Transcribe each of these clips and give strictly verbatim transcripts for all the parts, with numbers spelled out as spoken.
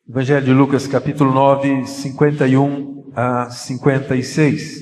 Evangelho de Lucas, capítulo nove, cinquenta e um a cinquenta e seis.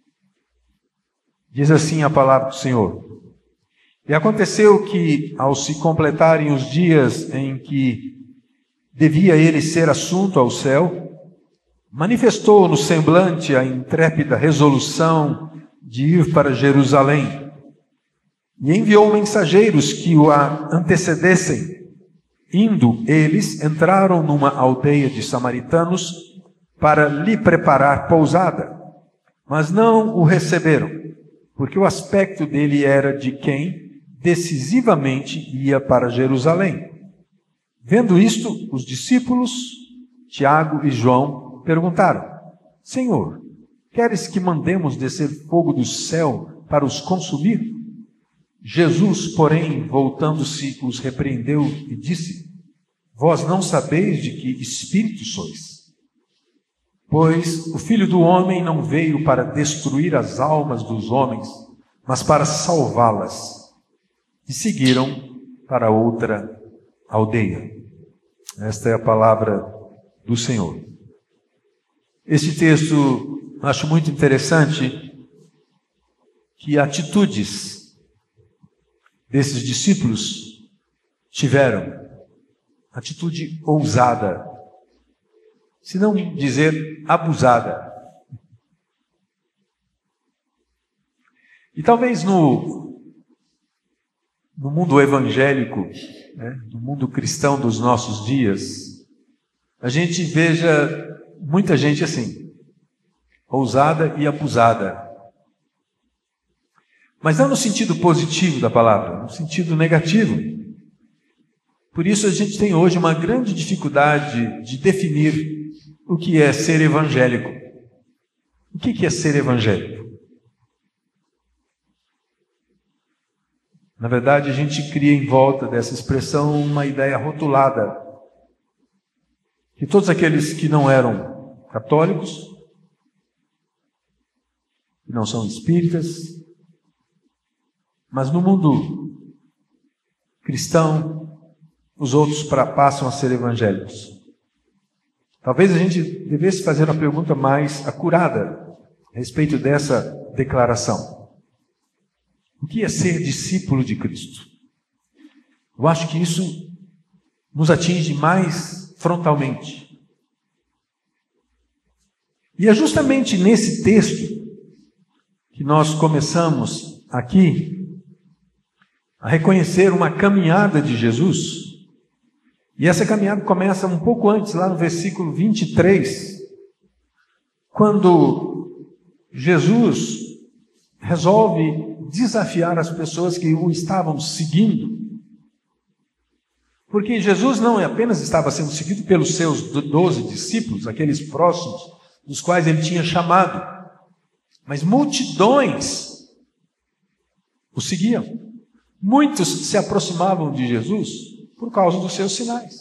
Diz assim a palavra do Senhor. E aconteceu que, ao se completarem os dias em que devia ele ser assunto ao céu, manifestou no semblante a intrépida resolução de ir para Jerusalém, e enviou mensageiros que o antecedessem. Indo eles, entraram numa aldeia de samaritanos para lhe preparar pousada, mas não o receberam, porque o aspecto dele era de quem decisivamente ia para Jerusalém. Vendo isto, os discípulos, Tiago e João, perguntaram: Senhor, queres que mandemos descer fogo do céu para os consumir? Jesus, porém, voltando-se, os repreendeu e disse: Vós não sabeis de que espírito sois? Pois o Filho do Homem não veio para destruir as almas dos homens, mas para salvá-las. E seguiram para outra aldeia. Esta é a palavra do Senhor. Este texto, acho muito interessante que atitudes desses discípulos tiveram, atitude ousada, se não dizer abusada. E talvez no, no mundo evangélico, né, no mundo cristão dos nossos dias, a gente veja muita gente assim, ousada e abusada. Mas não no sentido positivo da palavra, no sentido negativo. Por isso a gente tem hoje uma grande dificuldade de definir o que é ser evangélico. O que é ser evangélico? Na verdade, a gente cria em volta dessa expressão uma ideia rotulada, que todos aqueles que não eram católicos, que não são espíritas, mas no mundo cristão, os outros pra, passam a ser evangélicos. Talvez a gente devesse fazer uma pergunta mais acurada a respeito dessa declaração. O que é ser discípulo de Cristo? Eu acho que isso nos atinge mais frontalmente. E é justamente nesse texto que nós começamos aqui a reconhecer uma caminhada de Jesus. E essa caminhada começa um pouco antes, lá no versículo vinte e três, quando Jesus resolve desafiar as pessoas que o estavam seguindo. Porque Jesus não apenas estava sendo seguido pelos seus doze discípulos, aqueles próximos, dos quais ele tinha chamado, mas multidões o seguiam. Muitos se aproximavam de Jesus por causa dos seus sinais.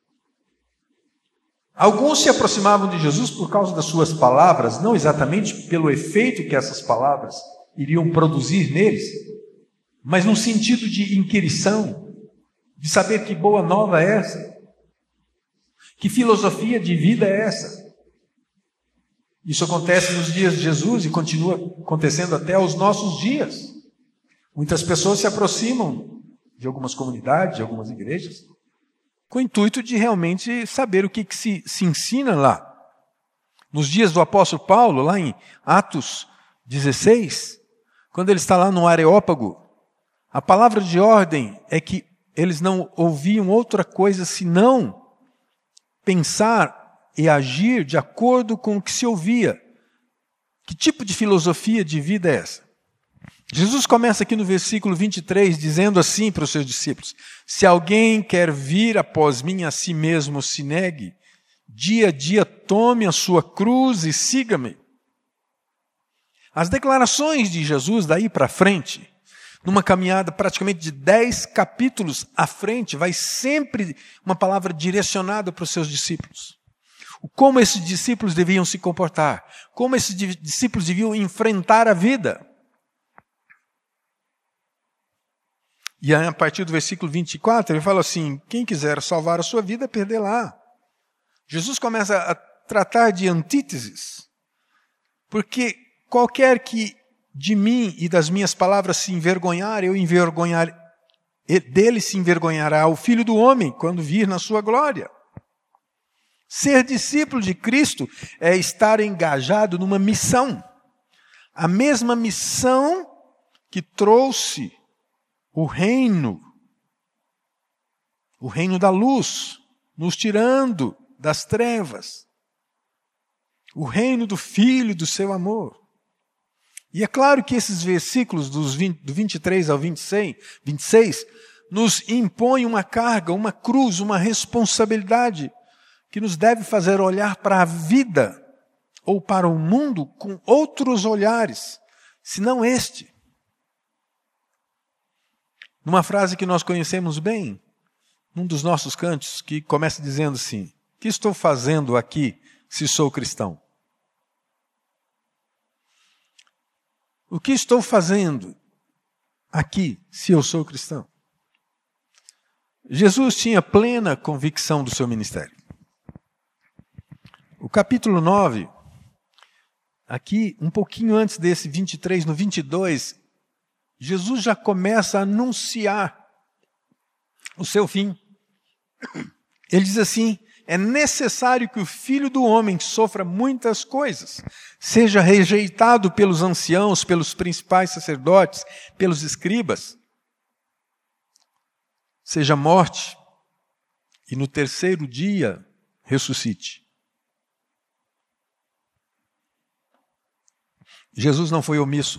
Alguns se aproximavam de Jesus por causa das suas palavras, não exatamente pelo efeito que essas palavras iriam produzir neles, mas no sentido de inquirição, de saber que boa nova é essa, que filosofia de vida é essa. Isso acontece nos dias de Jesus e continua acontecendo até aos nossos dias. Muitas pessoas se aproximam de algumas comunidades, de algumas igrejas, com o intuito de realmente saber o que, que se, se ensina lá. Nos dias do apóstolo Paulo, lá em Atos dezesseis, quando ele está lá no Areópago, a palavra de ordem é que eles não ouviam outra coisa senão pensar e agir de acordo com o que se ouvia. Que tipo de filosofia de vida é essa? Jesus começa aqui no versículo vinte e três, dizendo assim para os seus discípulos: se alguém quer vir após mim, a si mesmo se negue, dia a dia tome a sua cruz e siga-me. As declarações de Jesus daí para frente, numa caminhada praticamente de dez capítulos à frente, vai sempre uma palavra direcionada para os seus discípulos. Como esses discípulos deviam se comportar, como esses discípulos deviam enfrentar a vida. E aí, a partir do versículo vinte e quatro, ele fala assim: quem quiser salvar a sua vida, perdê-la. Jesus começa a tratar de antíteses, porque qualquer que de mim e das minhas palavras se envergonhar, eu envergonhar, dele se envergonhará o Filho do Homem quando vir na sua glória. Ser discípulo de Cristo é estar engajado numa missão. A mesma missão que trouxe o reino, o reino da luz, nos tirando das trevas. O reino do Filho, do seu amor. E é claro que esses versículos dos vinte, do vinte e três ao vinte e seis, vinte e seis nos impõem uma carga, uma cruz, uma responsabilidade que nos deve fazer olhar para a vida ou para o mundo com outros olhares, senão este. Numa frase que nós conhecemos bem, num dos nossos cantos, que começa dizendo assim: o que estou fazendo aqui se sou cristão? O que estou fazendo aqui se eu sou cristão? Jesus tinha plena convicção do seu ministério. O capítulo nove, aqui um pouquinho antes desse vinte e três, no vinte e dois, Jesus já começa a anunciar o seu fim. Ele diz assim: é necessário que o Filho do Homem sofra muitas coisas, seja rejeitado pelos anciãos, pelos principais sacerdotes, pelos escribas, seja morte, e no terceiro dia ressuscite. Jesus não foi omisso.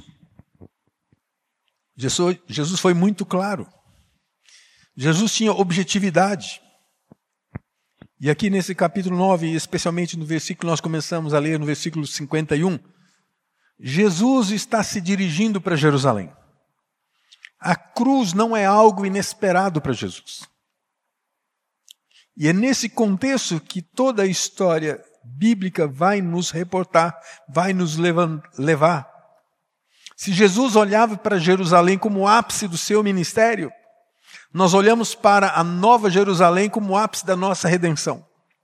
Jesus, Jesus foi muito claro. Jesus tinha objetividade. E aqui nesse capítulo nove, especialmente no versículo que nós começamos a ler, no versículo cinquenta e um, Jesus está se dirigindo para Jerusalém. A cruz não é algo inesperado para Jesus. E é nesse contexto que toda a história bíblica vai nos reportar, vai nos levar. Se Jesus olhava para Jerusalém como o ápice do seu ministério, nós olhamos para a nova Jerusalém como o ápice da nossa redenção.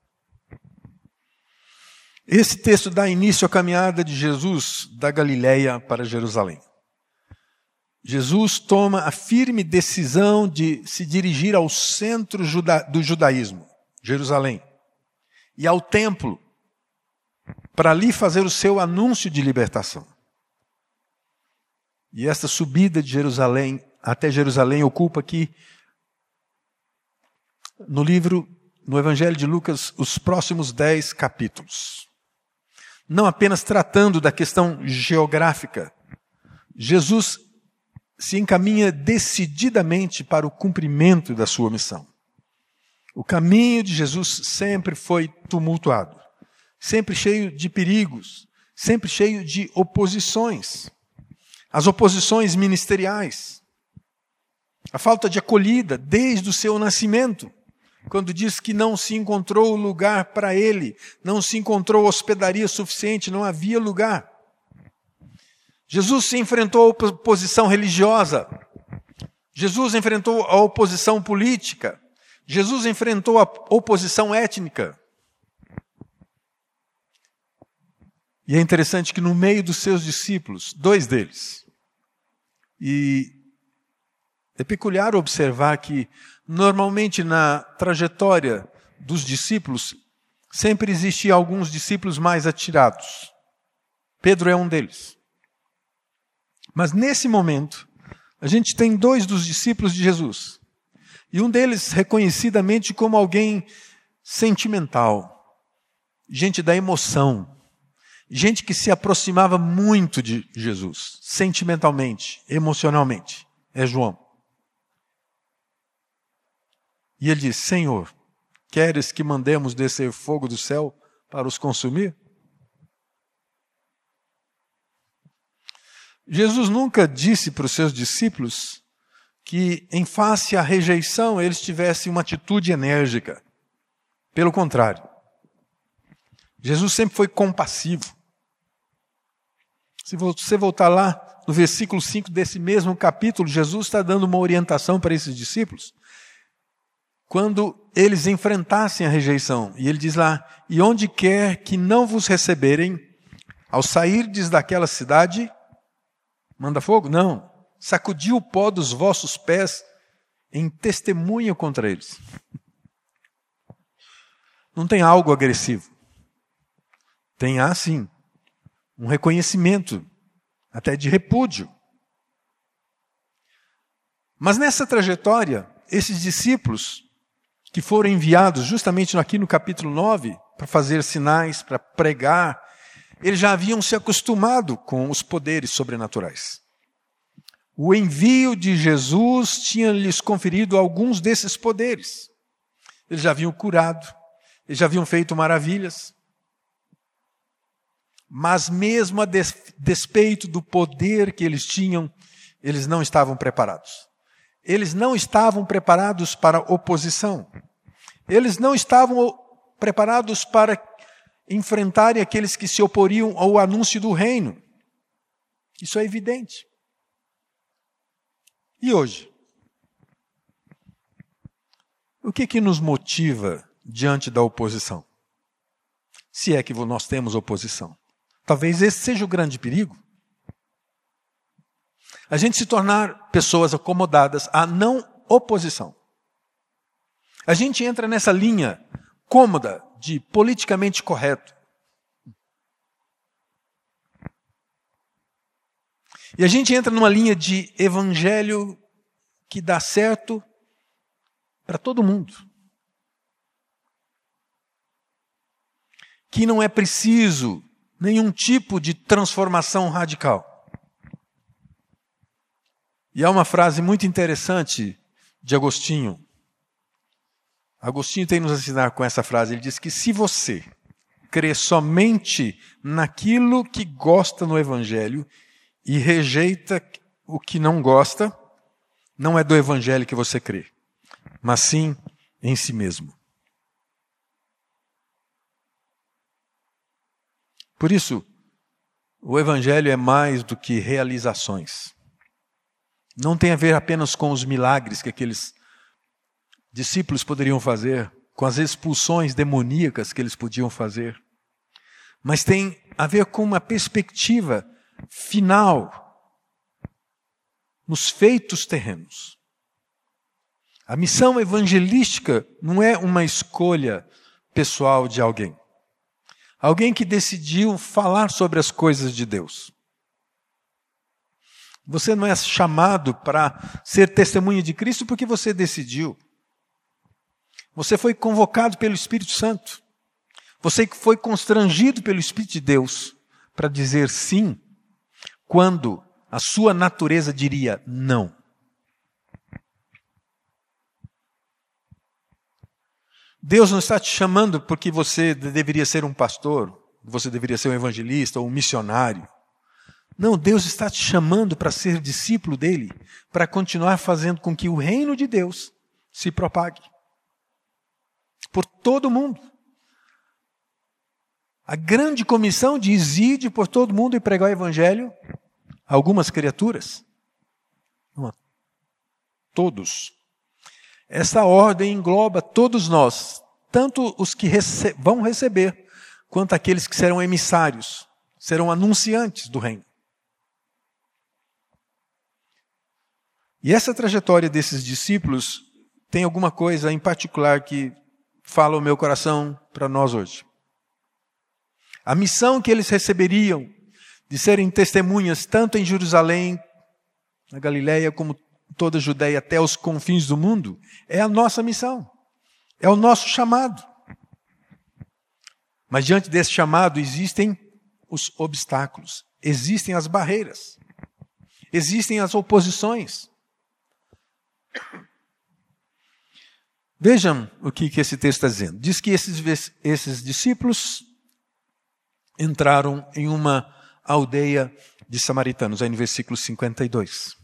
Esse texto dá início à caminhada de Jesus da Galileia para Jerusalém. Jesus toma a firme decisão de se dirigir ao centro do judaísmo, Jerusalém, e ao templo, para ali fazer o seu anúncio de libertação. E esta subida de Jerusalém até Jerusalém ocupa aqui, no livro, no Evangelho de Lucas, os próximos dez capítulos. Não apenas tratando da questão geográfica, Jesus se encaminha decididamente para o cumprimento da sua missão. O caminho de Jesus sempre foi tumultuado, sempre cheio de perigos, sempre cheio de oposições. As oposições ministeriais, a falta de acolhida desde o seu nascimento, quando diz que não se encontrou lugar para ele, não se encontrou hospedaria suficiente, não havia lugar. Jesus se enfrentou a oposição religiosa, Jesus enfrentou a oposição política, Jesus enfrentou a oposição étnica. E é interessante que no meio dos seus discípulos, dois deles, e é peculiar observar que normalmente na trajetória dos discípulos, sempre existiam alguns discípulos mais atirados. Pedro é um deles. Mas nesse momento, a gente tem dois dos discípulos de Jesus. E um deles reconhecidamente como alguém sentimental, gente da emoção, gente que se aproximava muito de Jesus, sentimentalmente, emocionalmente. É João. E ele diz: Senhor, queres que mandemos descer fogo do céu para os consumir? Jesus nunca disse para os seus discípulos que, em face à rejeição, eles tivessem uma atitude enérgica. Pelo contrário. Jesus sempre foi compassivo. Se você voltar lá no versículo cinco desse mesmo capítulo, Jesus está dando uma orientação para esses discípulos. quando eles enfrentassem a rejeição. E ele diz lá, e onde quer que não vos receberem, ao sairdes daquela cidade, manda fogo? Não. Sacudiu o pó dos vossos pés em testemunho contra eles. Não tem algo agressivo. Tem, ah, sim, um reconhecimento, até de repúdio. Mas nessa trajetória, esses discípulos que foram enviados justamente aqui no capítulo nove, para fazer sinais, para pregar, eles já haviam se acostumado com os poderes sobrenaturais. O envio de Jesus tinha lhes conferido alguns desses poderes. Eles já haviam curado, eles já haviam feito maravilhas. Mas mesmo a des- despeito do poder que eles tinham, eles não estavam preparados. Eles não estavam preparados para oposição. Eles não estavam preparados para enfrentarem aqueles que se oporiam ao anúncio do reino. Isso é evidente. E hoje? O que que nos motiva diante da oposição? Se é que nós temos oposição. Talvez esse seja o grande perigo. A gente se tornar pessoas acomodadas à não oposição. A gente entra nessa linha cômoda de politicamente correto. E a gente entra numa linha de evangelho que dá certo para todo mundo. Que não é preciso nenhum tipo de transformação radical. E há uma frase muito interessante de Agostinho. Agostinho tem nos ensinar com essa frase. Ele diz que se você crê somente naquilo que gosta no Evangelho e rejeita o que não gosta, não é do Evangelho que você crê, mas sim em si mesmo. Por isso, o Evangelho é mais do que realizações. Não tem a ver apenas com os milagres que aqueles discípulos poderiam fazer, com as expulsões demoníacas que eles podiam fazer, mas tem a ver com uma perspectiva final nos feitos terrenos. A missão evangelística não é uma escolha pessoal de alguém. Alguém que decidiu falar sobre as coisas de Deus. Você não é chamado para ser testemunha de Cristo porque você decidiu. Você foi convocado pelo Espírito Santo. Você foi constrangido pelo Espírito de Deus para dizer sim, quando a sua natureza diria não. Deus não está te chamando porque você deveria ser um pastor, você deveria ser um evangelista ou um missionário. Não, Deus está te chamando para ser discípulo dele, para continuar fazendo com que o reino de Deus se propague por todo mundo. A grande comissão diz: ide por todo mundo e pregar o evangelho a algumas criaturas. Não a todos. Essa ordem engloba todos nós, tanto os que rece- vão receber, quanto aqueles que serão emissários, serão anunciantes do reino. E essa trajetória desses discípulos tem alguma coisa em particular que fala o meu coração para nós hoje. A missão que eles receberiam de serem testemunhas tanto em Jerusalém, na Galileia, como toda a Judeia até os confins do mundo, é a nossa missão. É o nosso chamado. Mas diante desse chamado existem os obstáculos, existem as barreiras, existem as oposições. Vejam o que, que esse texto está dizendo. Diz que esses, esses discípulos entraram em uma aldeia de samaritanos, aí no versículo cinquenta e dois.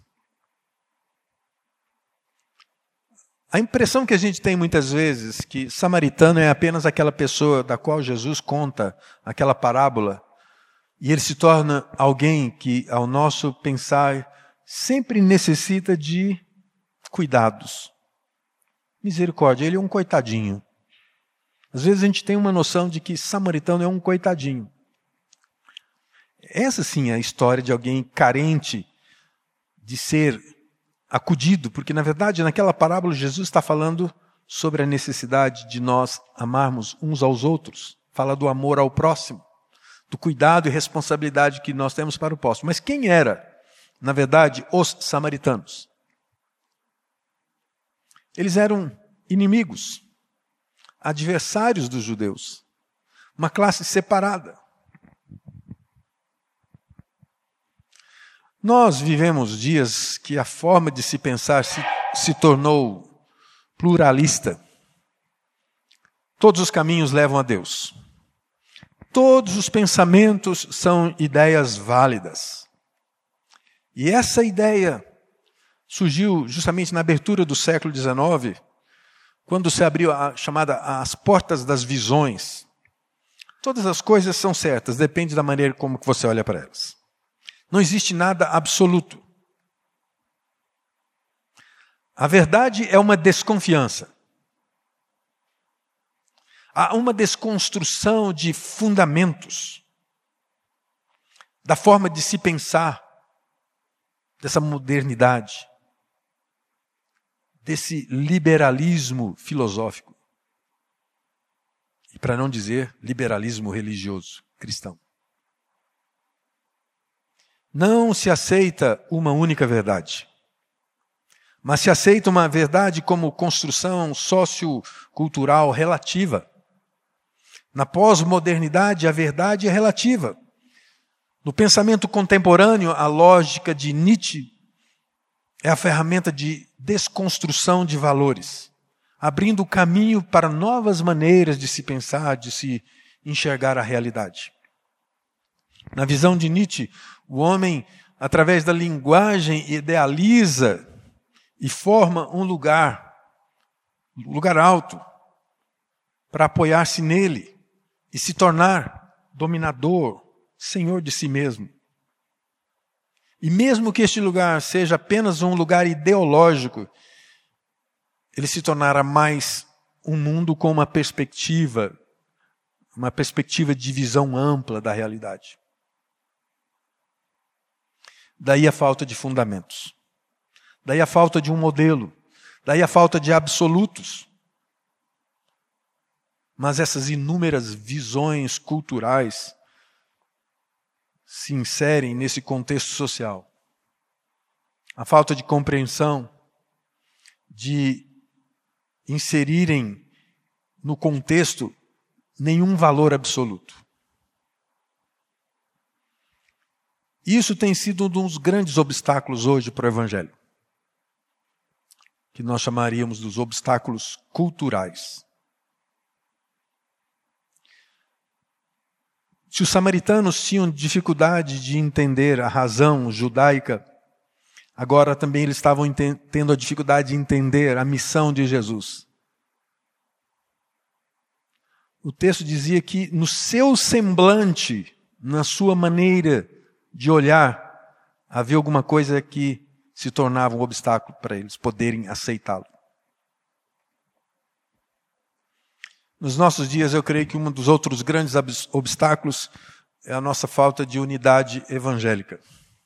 A impressão que a gente tem muitas vezes que samaritano é apenas aquela pessoa da qual Jesus conta aquela parábola e ele se torna alguém que, ao nosso pensar, sempre necessita de cuidados. Misericórdia, ele é um coitadinho. Às vezes a gente tem uma noção de que samaritano é um coitadinho. Essa sim é a história de alguém carente de ser acudido, porque na verdade naquela parábola Jesus está falando sobre a necessidade de nós amarmos uns aos outros. Fala do amor ao próximo, do cuidado e responsabilidade que nós temos para o próximo. Mas quem era, na verdade, os samaritanos? Eles eram inimigos, adversários dos judeus, uma classe separada. Nós vivemos dias que a forma de se pensar se, se tornou pluralista. Todos os caminhos levam a Deus. Todos os pensamentos são ideias válidas. E essa ideia surgiu justamente na abertura do século dezenove, quando se abriu a chamada as portas das visões. Todas as coisas são certas, depende da maneira como você olha para elas. Não existe nada absoluto. A verdade é uma desconfiança. Há uma desconstrução de fundamentos, da forma de se pensar, dessa modernidade, desse liberalismo filosófico. E para não dizer liberalismo religioso, cristão. Não se aceita uma única verdade, mas se aceita uma verdade como construção sociocultural relativa. Na pós-modernidade, a verdade é relativa. No pensamento contemporâneo, a lógica de Nietzsche é a ferramenta de desconstrução de valores, abrindo o caminho para novas maneiras de se pensar, de se enxergar a realidade. Na visão de Nietzsche, o homem, através da linguagem, idealiza e forma um lugar, um lugar alto, para apoiar-se nele e se tornar dominador, senhor de si mesmo. E mesmo que este lugar seja apenas um lugar ideológico, ele se tornará mais um mundo com uma perspectiva, uma perspectiva de visão ampla da realidade. Daí a falta de fundamentos. Daí a falta de um modelo. Daí a falta de absolutos. Mas essas inúmeras visões culturais se inserem nesse contexto social. A falta de compreensão, de inserirem no contexto nenhum valor absoluto. Isso tem sido um dos grandes obstáculos hoje para o Evangelho, que nós chamaríamos dos obstáculos culturais. Se os samaritanos tinham dificuldade de entender a razão judaica, agora também eles estavam tendo a dificuldade de entender a missão de Jesus. O texto dizia que no seu semblante, na sua maneira de olhar, havia alguma coisa que se tornava um obstáculo para eles poderem aceitá-lo. Nos nossos dias, eu creio que um dos outros grandes obstáculos é a nossa falta de unidade evangélica.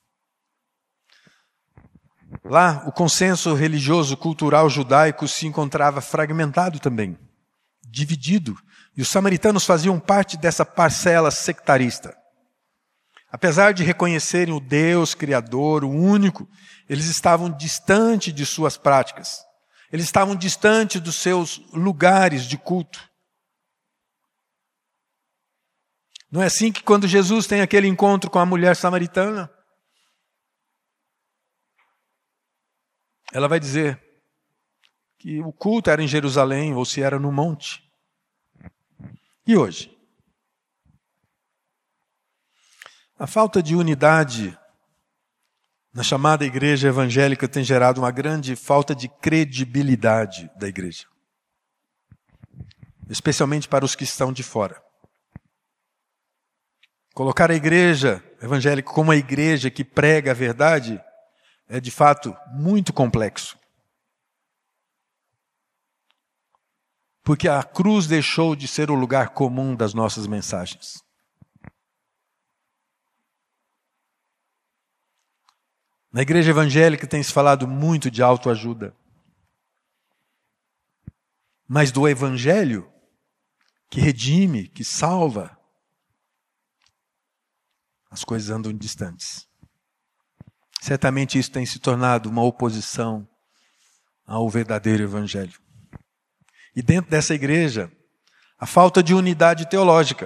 Lá, o consenso religioso, cultural judaico se encontrava fragmentado também, dividido, e os samaritanos faziam parte dessa parcela sectarista. Apesar de reconhecerem o Deus Criador, o único, eles estavam distante de suas práticas. Eles estavam distante dos seus lugares de culto. Não é assim que quando Jesus tem aquele encontro com a mulher samaritana, ela vai dizer que o culto era em Jerusalém ou se era no monte. E hoje? A falta de unidade na chamada igreja evangélica tem gerado uma grande falta de credibilidade da igreja, especialmente para os que estão de fora. Colocar a igreja evangélica como a igreja que prega a verdade é de fato muito complexo. Porque a cruz deixou de ser o lugar comum das nossas mensagens. Na igreja evangélica tem se falado muito de autoajuda. Mas do evangelho, que redime, que salva, as coisas andam distantes. Certamente isso tem se tornado uma oposição ao verdadeiro evangelho. E dentro dessa igreja, a falta de unidade teológica.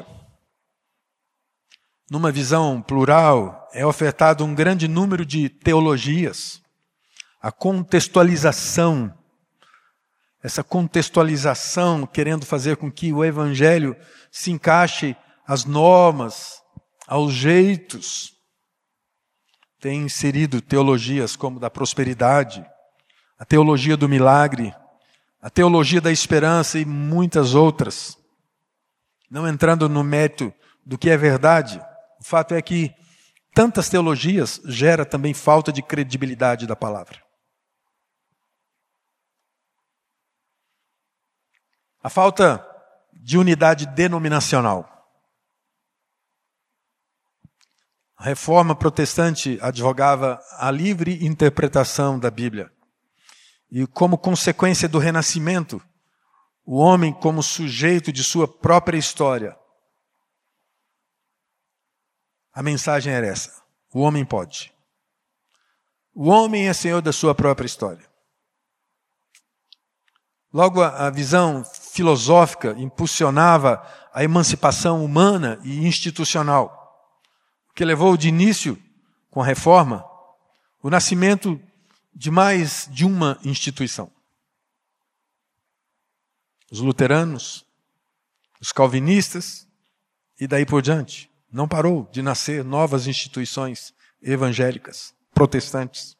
Numa visão plural, é ofertado um grande número de teologias. A contextualização, essa contextualização querendo fazer com que o evangelho se encaixe às normas, aos jeitos. Tem inserido teologias como da prosperidade, a teologia do milagre, a teologia da esperança e muitas outras. Não entrando no mérito do que é verdade, o fato é que tantas teologias gera também falta de credibilidade da palavra. A falta de unidade denominacional. A reforma protestante advogava a livre interpretação da Bíblia. E como consequência do renascimento, o homem como sujeito de sua própria história. A mensagem era essa: o homem pode. O homem é senhor da sua própria história. Logo, a visão filosófica impulsionava a emancipação humana e institucional, o que levou de início, com a reforma, o nascimento de mais de uma instituição. Os luteranos, os calvinistas e daí por diante. Não parou de nascer novas instituições evangélicas, protestantes.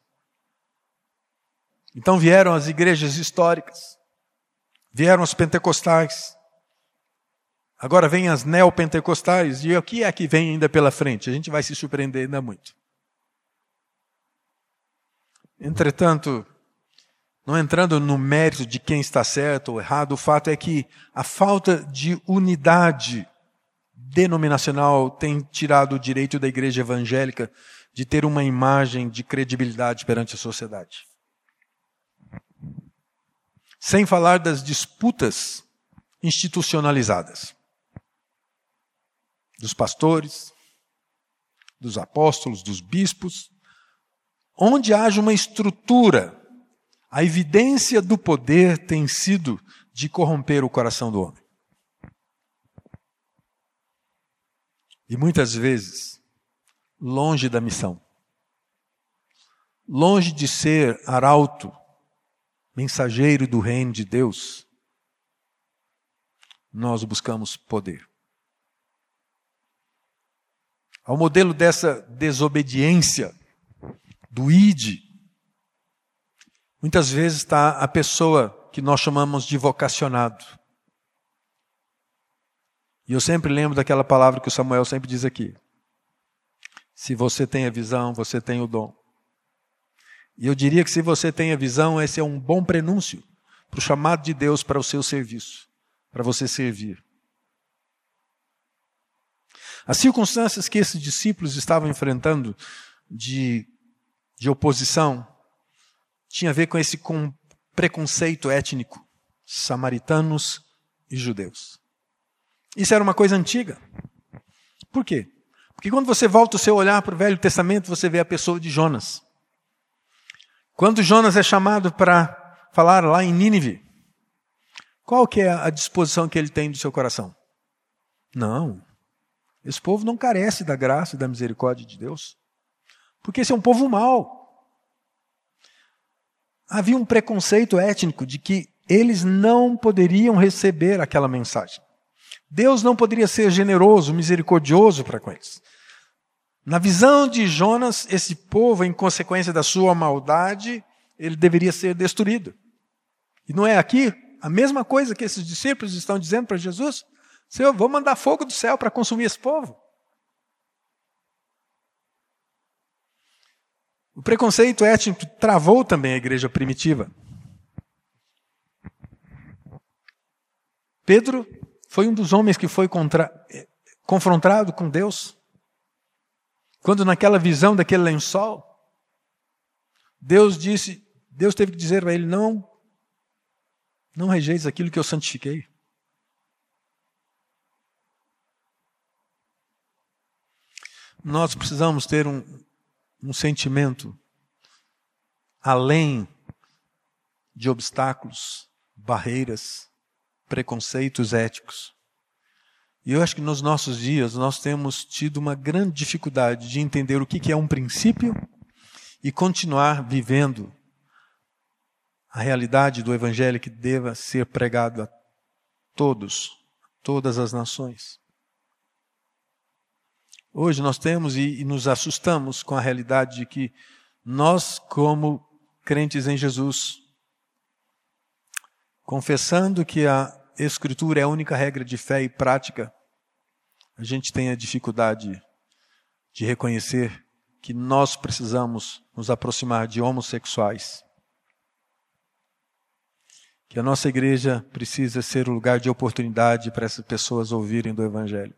Então vieram as igrejas históricas, vieram as pentecostais, agora vêm as neopentecostais, e o que é que vem ainda pela frente? A gente vai se surpreender ainda muito. Entretanto, não entrando no mérito de quem está certo ou errado, o fato é que a falta de unidade denominacional tem tirado o direito da igreja evangélica de ter uma imagem de credibilidade perante a sociedade. Sem falar das disputas institucionalizadas. Dos pastores, dos apóstolos, dos bispos. Onde haja uma estrutura, a evidência do poder tem sido de corromper o coração do homem. E muitas vezes, longe da missão, longe de ser arauto, mensageiro do reino de Deus, nós buscamos poder. Ao modelo dessa desobediência, do ide, muitas vezes está a pessoa que nós chamamos de vocacionado. E eu sempre lembro daquela palavra que o Samuel sempre diz aqui. Se você tem a visão, você tem o dom. E eu diria que se você tem a visão, esse é um bom prenúncio para o chamado de Deus para o seu serviço, para você servir. As circunstâncias que esses discípulos estavam enfrentando de, de oposição tinha a ver com esse com preconceito étnico, samaritanos e judeus. Isso era uma coisa antiga. Por quê? Porque quando você volta o seu olhar para o Velho Testamento, você vê a pessoa de Jonas. Quando Jonas é chamado para falar lá em Nínive, qual que é a disposição que ele tem do seu coração? Não. Esse povo não carece da graça e da misericórdia de Deus. Porque esse é um povo mau. Havia um preconceito étnico de que eles não poderiam receber aquela mensagem. Deus não poderia ser generoso, misericordioso para com eles. Na visão de Jonas, esse povo, em consequência da sua maldade, ele deveria ser destruído. E não é aqui a mesma coisa que esses discípulos estão dizendo para Jesus? Senhor, vou mandar fogo do céu para consumir esse povo. O preconceito étnico travou também a igreja primitiva. Pedro foi um dos homens que foi contra, confrontado com Deus. Quando naquela visão daquele lençol, Deus disse, Deus teve que dizer para ele, não, não rejeis aquilo que eu santifiquei. Nós precisamos ter um, um sentimento além de obstáculos, barreiras, preconceitos éticos. E eu acho que nos nossos dias nós temos tido uma grande dificuldade de entender o que é um princípio e continuar vivendo a realidade do Evangelho que deva ser pregado a todos, todas as nações. Hoje nós temos e, e nos assustamos com a realidade de que nós, como crentes em Jesus, confessando que a Escritura é a única regra de fé e prática, a gente tem a dificuldade de reconhecer que nós precisamos nos aproximar de homossexuais. Que a nossa igreja precisa ser o lugar de oportunidade para essas pessoas ouvirem do Evangelho.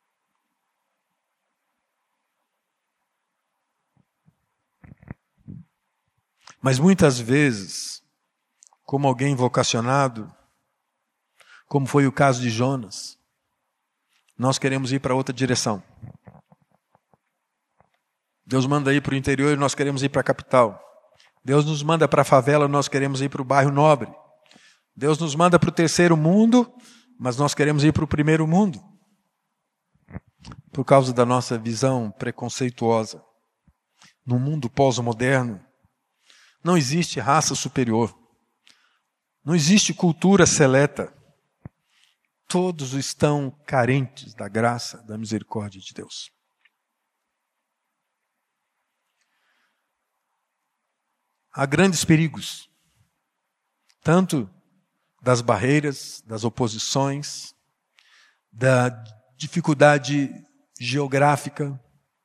Mas muitas vezes, como alguém vocacionado, como foi o caso de Jonas, nós queremos ir para outra direção. Deus manda ir para o interior e nós queremos ir para a capital. Deus nos manda para a favela e nós queremos ir para o bairro nobre. Deus nos manda para o terceiro mundo, mas nós queremos ir para o primeiro mundo. Por causa da nossa visão preconceituosa. No mundo pós-moderno, não existe raça superior. Não existe cultura seleta. Todos estão carentes da graça, da misericórdia de Deus. Há grandes perigos, tanto das barreiras, das oposições, da dificuldade geográfica,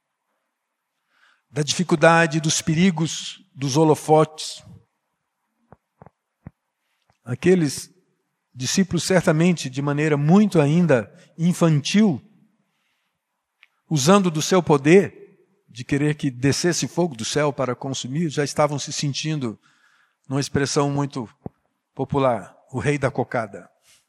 da dificuldade dos perigos dos holofotes. Aqueles discípulos, certamente, de maneira muito ainda infantil, usando do seu poder, de querer que descesse fogo do céu para consumir, já estavam se sentindo, numa expressão muito popular, o rei da cocada.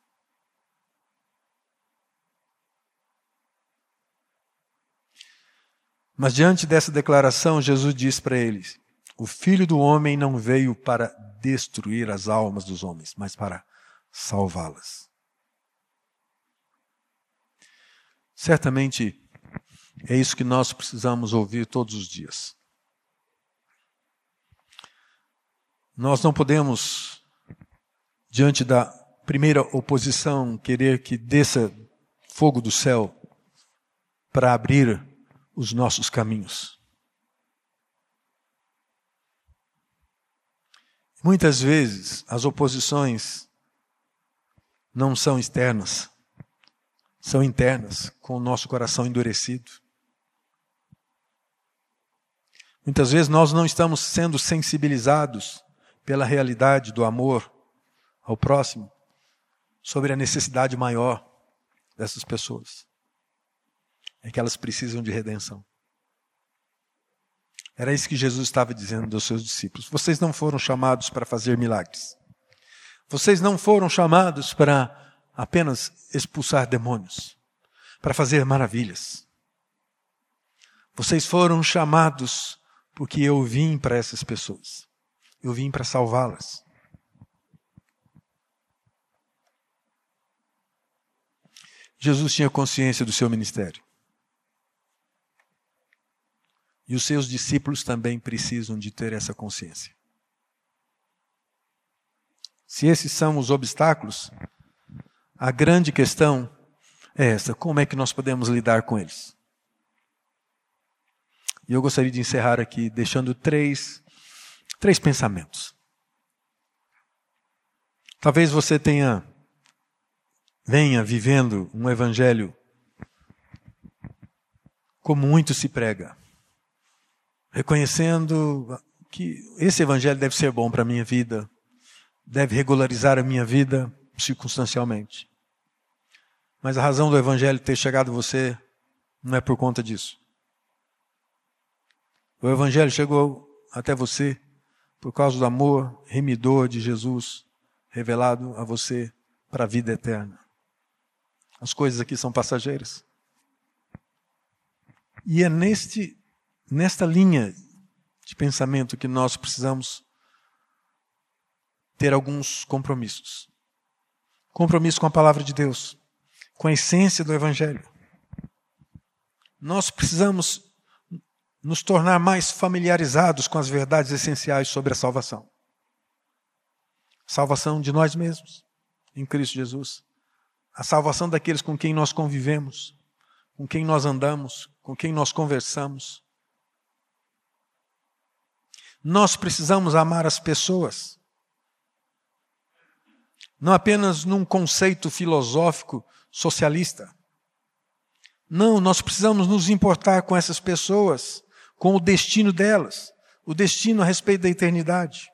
Mas diante dessa declaração, Jesus diz para eles, o Filho do Homem não veio para destruir as almas dos homens, mas para salvá-las. Certamente, é isso que nós precisamos ouvir todos os dias. Nós não podemos, diante da primeira oposição, querer que desça fogo do céu para abrir os nossos caminhos. Muitas vezes, as oposições não são externas, são internas, com o nosso coração endurecido. Muitas vezes nós não estamos sendo sensibilizados pela realidade do amor ao próximo, sobre a necessidade maior dessas pessoas. É que elas precisam de redenção. Era isso que Jesus estava dizendo aos seus discípulos. Vocês não foram chamados para fazer milagres. Vocês não foram chamados para apenas expulsar demônios, para fazer maravilhas. Vocês foram chamados porque eu vim para essas pessoas. Eu vim para salvá-las. Jesus tinha consciência do seu ministério. E os seus discípulos também precisam de ter essa consciência. Se esses são os obstáculos, a grande questão é essa: como é que nós podemos lidar com eles? E eu gostaria de encerrar aqui deixando três, três pensamentos. Talvez você tenha, venha vivendo um evangelho como muito se prega, reconhecendo que esse evangelho deve ser bom para a minha vida, deve regularizar a minha vida circunstancialmente. Mas a razão do Evangelho ter chegado a você não é por conta disso. O Evangelho chegou até você por causa do amor remidor de Jesus revelado a você para a vida eterna. As coisas aqui são passageiras. E é neste, nesta linha de pensamento que nós precisamos ter alguns compromissos. Compromisso com a palavra de Deus, com a essência do Evangelho. Nós precisamos nos tornar mais familiarizados com as verdades essenciais sobre a salvação. Salvação de nós mesmos, em Cristo Jesus. A salvação daqueles com quem nós convivemos, com quem nós andamos, com quem nós conversamos. Nós precisamos amar as pessoas. Não apenas num conceito filosófico socialista. Não, nós precisamos nos importar com essas pessoas, com o destino delas, o destino a respeito da eternidade.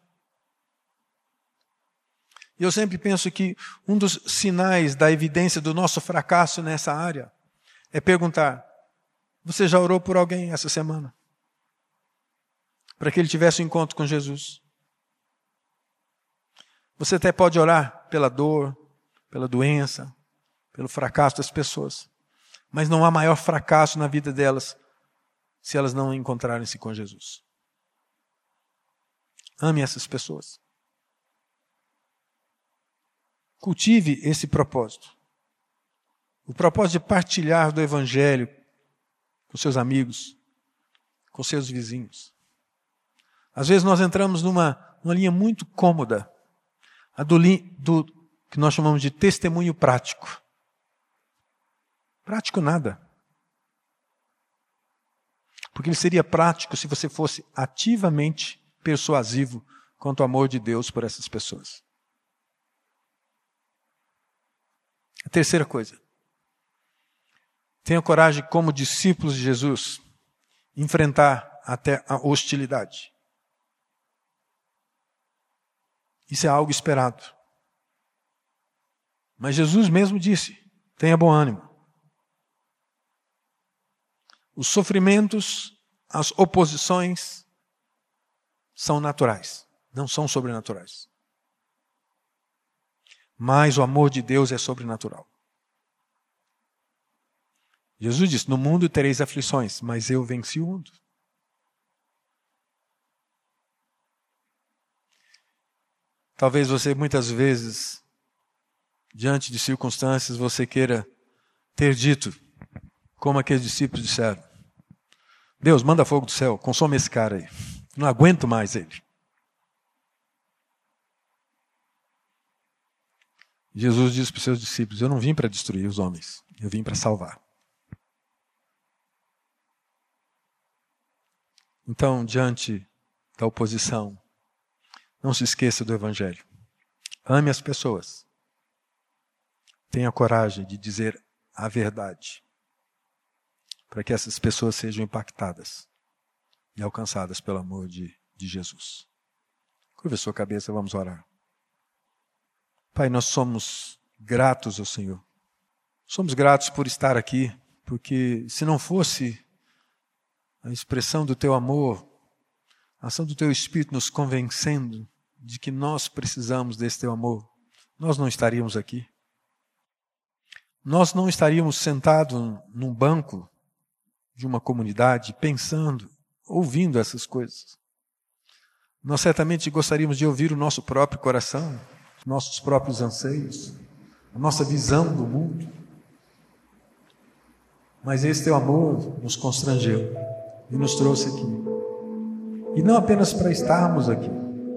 E eu sempre penso que um dos sinais da evidência do nosso fracasso nessa área é perguntar: você já orou por alguém essa semana? Para que ele tivesse um encontro com Jesus? Você até pode orar pela dor, pela doença, pelo fracasso das pessoas. Mas não há maior fracasso na vida delas se elas não encontrarem-se com Jesus. Ame essas pessoas. Cultive esse propósito. O propósito de partilhar do Evangelho com seus amigos, com seus vizinhos. Às vezes nós entramos numa, numa linha muito cômoda, a do, do que nós chamamos de testemunho prático. Prático nada. Porque ele seria prático se você fosse ativamente persuasivo quanto ao amor de Deus por essas pessoas. A terceira coisa. Tenha coragem, como discípulos de Jesus, enfrentar até a hostilidade. Isso é algo esperado. Mas Jesus mesmo disse: tenha bom ânimo. Os sofrimentos, as oposições são naturais, não são sobrenaturais. Mas o amor de Deus é sobrenatural. Jesus disse: no mundo tereis aflições, mas eu venci o mundo. Talvez você muitas vezes, diante de circunstâncias, você queira ter dito, como aqueles discípulos disseram: Deus, manda fogo do céu, consome esse cara aí. Não aguento mais ele. Jesus disse para os seus discípulos: eu não vim para destruir os homens, eu vim para salvar. Então, diante da oposição, não se esqueça do Evangelho. Ame as pessoas. Tenha coragem de dizer a verdade, para que essas pessoas sejam impactadas e alcançadas pelo amor de, de Jesus. Curva a sua cabeça, vamos orar. Pai, nós somos gratos ao Senhor. Somos gratos por estar aqui, porque se não fosse a expressão do Teu amor, a ação do Teu Espírito nos convencendo de que nós precisamos desse Teu amor, nós não estaríamos aqui. Nós não estaríamos sentados num banco de uma comunidade, pensando, ouvindo essas coisas. Nós certamente gostaríamos de ouvir o nosso próprio coração, os nossos próprios anseios, a nossa visão do mundo. Mas esse Teu amor nos constrangeu e nos trouxe aqui. E não apenas para estarmos aqui,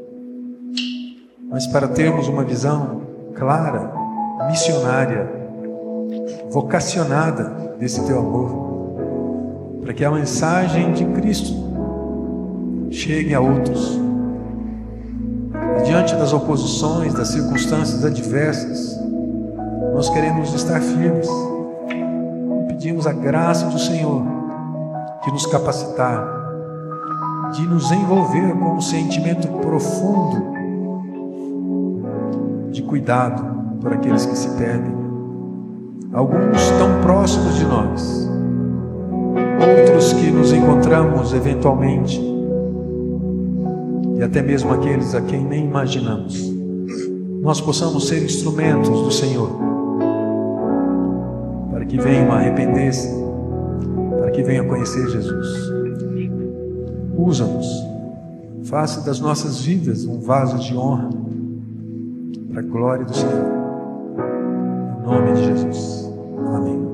mas para termos uma visão clara, missionária, vocacionada desse Teu amor, para que a mensagem de Cristo chegue a outros. E diante das oposições, das circunstâncias adversas, nós queremos estar firmes. E pedimos a graça do Senhor de nos capacitar, de nos envolver com um sentimento profundo de cuidado por aqueles que se perdem, alguns tão próximos de nós, outros que nos encontramos eventualmente, e até mesmo aqueles a quem nem imaginamos, nós possamos ser instrumentos do Senhor, para que venham a arrepender-se, para que venham a conhecer Jesus. Usa-nos, faça das nossas vidas um vaso de honra, para a glória do Senhor. Em nome de Jesus. Amém.